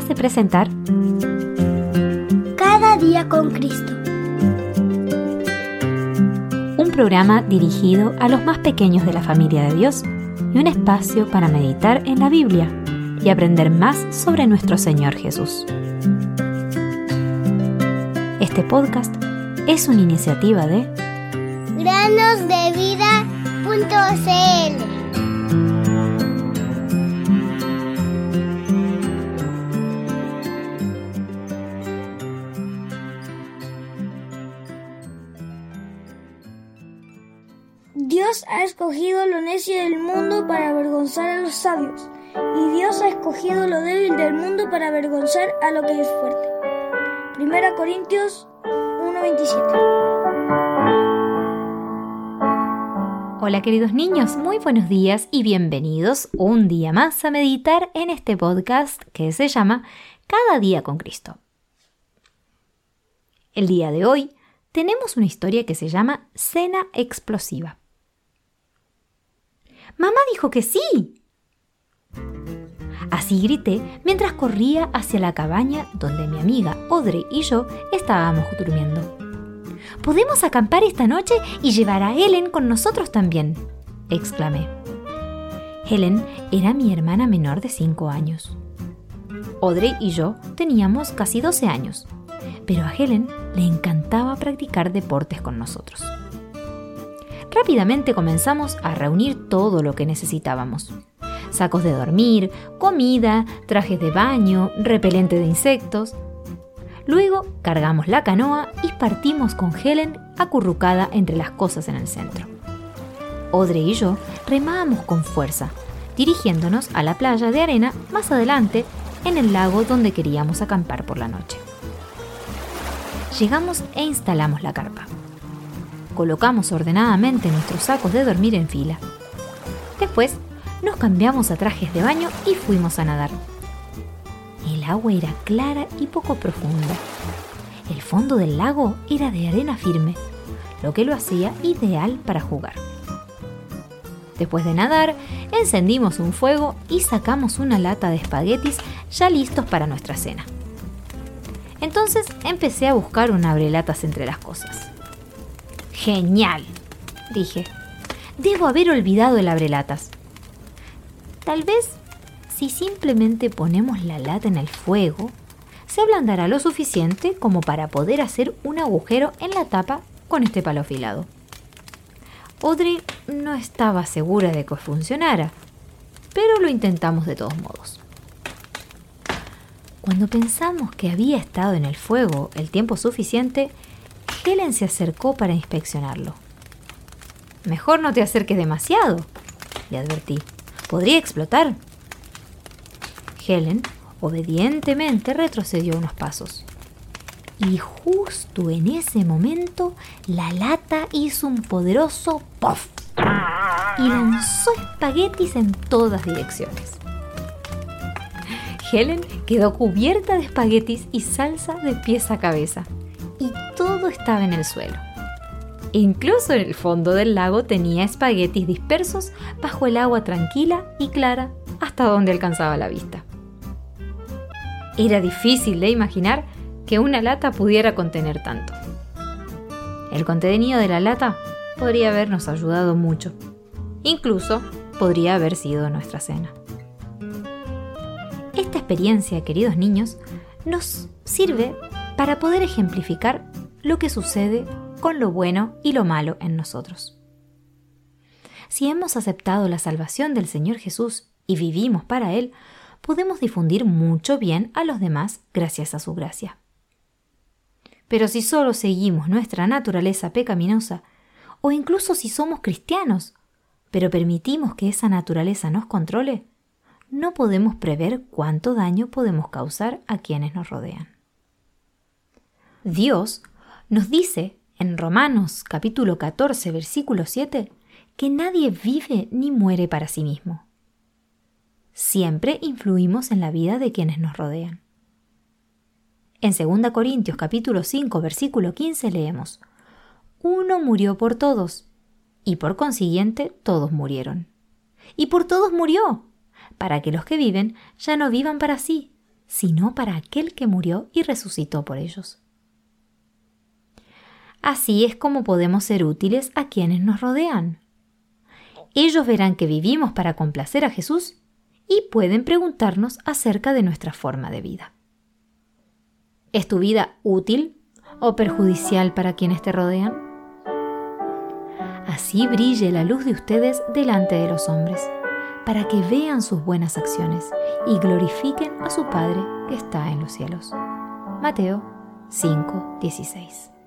de presentar Cada día con Cristo, un programa dirigido a los más pequeños de la familia de Dios y un espacio para meditar en la Biblia y aprender más sobre nuestro Señor Jesús. Este podcast es una iniciativa de granosdevida.cl. Dios ha escogido lo necio del mundo para avergonzar a los sabios, y Dios ha escogido lo débil del mundo para avergonzar a lo que es fuerte. 1 Corintios 1:27. Hola queridos niños, muy buenos días y bienvenidos un día más a meditar en este podcast que se llama Cada día con Cristo. El día de hoy tenemos una historia que se llama Cena Explosiva. ¡Mamá dijo que sí! Así grité mientras corría hacia la cabaña donde mi amiga Audrey y yo estábamos durmiendo. «¿Podemos acampar esta noche y llevar a Helen con nosotros también?», exclamé. Helen era mi hermana menor de 5 años. Audrey y yo teníamos casi 12 años, pero a Helen le encantaba practicar deportes con nosotros. Rápidamente comenzamos a reunir todo lo que necesitábamos: sacos de dormir, comida, trajes de baño, repelente de insectos. Luego cargamos la canoa y partimos con Helen acurrucada entre las cosas en el centro. Audrey y yo remábamos con fuerza, dirigiéndonos a la playa de arena más adelante en el lago donde queríamos acampar por la noche. Llegamos e instalamos la carpa. Colocamos ordenadamente nuestros sacos de dormir en fila. Después nos cambiamos a trajes de baño y fuimos a nadar. El agua era clara y poco profunda. El fondo del lago era de arena firme, lo que lo hacía ideal para jugar. Después de nadar, encendimos un fuego y sacamos una lata de espaguetis ya listos para nuestra cena. Entonces empecé a buscar un abrelatas entre las cosas. ¡Genial!, dije. Debo haber olvidado el abrelatas. Tal vez, si simplemente ponemos la lata en el fuego, se ablandará lo suficiente como para poder hacer un agujero en la tapa con este palo afilado. Audrey no estaba segura de que funcionara, pero lo intentamos de todos modos. Cuando pensamos que había estado en el fuego el tiempo suficiente, Helen se acercó para inspeccionarlo. «Mejor no te acerques demasiado», le advertí. «Podría explotar». Helen obedientemente retrocedió unos pasos. Y justo en ese momento, la lata hizo un poderoso ¡puff! Y lanzó espaguetis en todas direcciones. Helen quedó cubierta de espaguetis y salsa de pies a cabeza. Y todo estaba en el suelo. Incluso en el fondo del lago tenía espaguetis dispersos bajo el agua tranquila y clara hasta donde alcanzaba la vista. Era difícil de imaginar que una lata pudiera contener tanto. El contenido de la lata podría habernos ayudado mucho. Incluso podría haber sido nuestra cena. Esta experiencia, queridos niños, nos sirve para poder ejemplificar lo que sucede con lo bueno y lo malo en nosotros. Si hemos aceptado la salvación del Señor Jesús y vivimos para Él, podemos difundir mucho bien a los demás gracias a su gracia. Pero si solo seguimos nuestra naturaleza pecaminosa, o incluso si somos cristianos, pero permitimos que esa naturaleza nos controle, no podemos prever cuánto daño podemos causar a quienes nos rodean. Dios nos dice en Romanos capítulo 14, versículo 7, que nadie vive ni muere para sí mismo. Siempre influimos en la vida de quienes nos rodean. En 2 Corintios capítulo 5, versículo 15 leemos: «Uno murió por todos, y por consiguiente todos murieron. Y por todos murió, para que los que viven ya no vivan para sí, sino para aquel que murió y resucitó por ellos. Así es como podemos ser útiles a quienes nos rodean. Ellos verán que vivimos para complacer a Jesús y pueden preguntarnos acerca de nuestra forma de vida. ¿Es tu vida útil o perjudicial para quienes te rodean? Así brille la luz de ustedes delante de los hombres, para que vean sus buenas acciones y glorifiquen a su Padre que está en los cielos. Mateo 5:16.